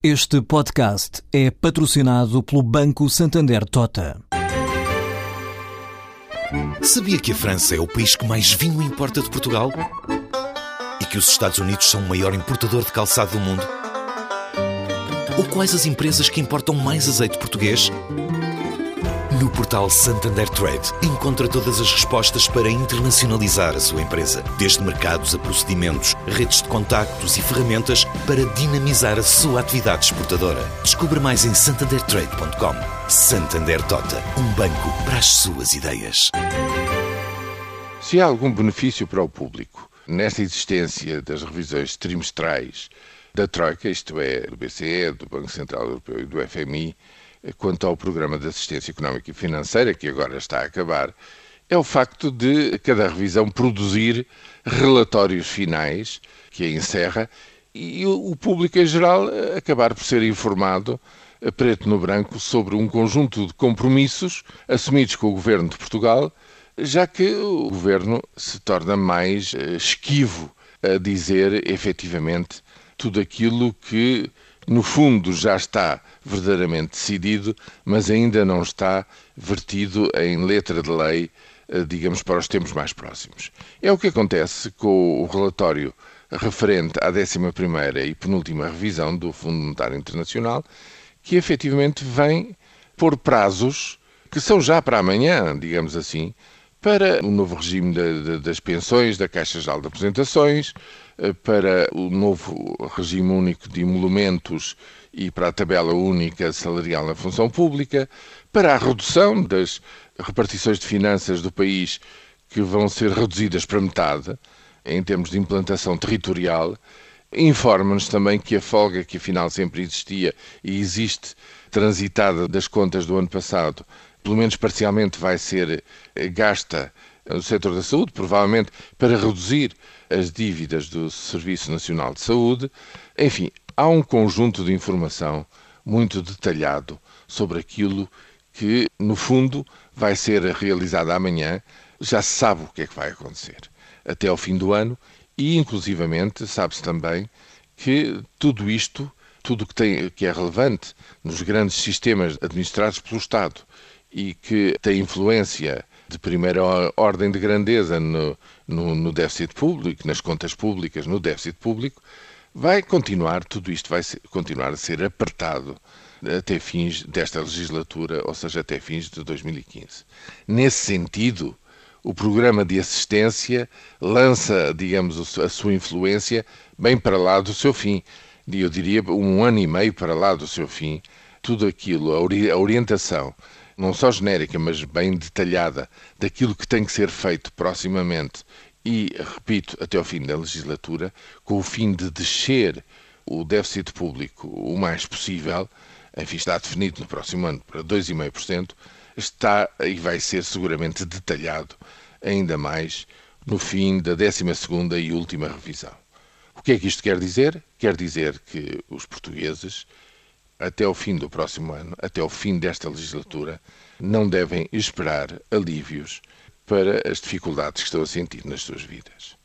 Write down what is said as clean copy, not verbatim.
Este podcast é patrocinado pelo Banco Santander Tota. Sabia que a França é o país que mais vinho importa de Portugal? E que os Estados Unidos são o maior importador de calçado do mundo? Ou quais as empresas que importam mais azeite português? No portal Santander Trade, encontra todas as respostas para internacionalizar a sua empresa. Desde mercados a procedimentos, redes de contactos e ferramentas para dinamizar a sua atividade exportadora. Descubra mais em santandertrade.com. Santander Tota, um banco para as suas ideias. Se há algum benefício para o público nesta existência das revisões trimestrais da Troika, isto é, do BCE, do Banco Central Europeu e do FMI, quanto ao Programa de Assistência Económica e Financeira, que agora está a acabar, é o facto de cada revisão produzir relatórios finais, que a encerra, e o público em geral acabar por ser informado, preto no branco, sobre um conjunto de compromissos assumidos com o Governo de Portugal, já que o Governo se torna mais esquivo a dizer efetivamente tudo aquilo que no fundo já está verdadeiramente decidido, mas ainda não está vertido em letra de lei, digamos, para os tempos mais próximos. É o que acontece com o relatório referente à 11ª e penúltima revisão do Fundo Monetário Internacional, que efetivamente vem pôr prazos que são já para amanhã, digamos assim, para o novo regime das pensões, da Caixa Geral de Aposentações, para o novo regime único de emolumentos e para a tabela única salarial na função pública, para a redução das repartições de finanças do país, que vão ser reduzidas para metade, em termos de implantação territorial. Informa-nos também que a folga que afinal sempre existia e existe, transitada das contas do ano passado, pelo menos parcialmente vai ser gasta no setor da saúde, provavelmente para reduzir as dívidas do Serviço Nacional de Saúde. Enfim, há um conjunto de informação muito detalhado sobre aquilo que, no fundo, vai ser realizado amanhã. Já se sabe o que é que vai acontecer até ao fim do ano e, inclusivamente, sabe-se também que tudo isto, tudo que é relevante nos grandes sistemas administrados pelo Estado e que tem influência de primeira ordem de grandeza no déficit público, nas contas públicas, no déficit público, tudo isto vai continuar a ser apertado até fins desta legislatura, ou seja, até fins de 2015. Nesse sentido, o programa de assistência lança, digamos, a sua influência bem para lá do seu fim. Eu diria 1 ano e meio para lá do seu fim. Tudo aquilo, a orientação, não só genérica, mas bem detalhada, daquilo que tem que ser feito proximamente e, repito, até ao fim da legislatura, com o fim de descer o déficit público o mais possível, enfim, está definido no próximo ano para 2,5%, está e vai ser seguramente detalhado ainda mais no fim da 12ª e última revisão. O que é que isto quer dizer? Quer dizer que os portugueses, até ao fim do próximo ano, até ao fim desta legislatura, não devem esperar alívios para as dificuldades que estão a sentir nas suas vidas.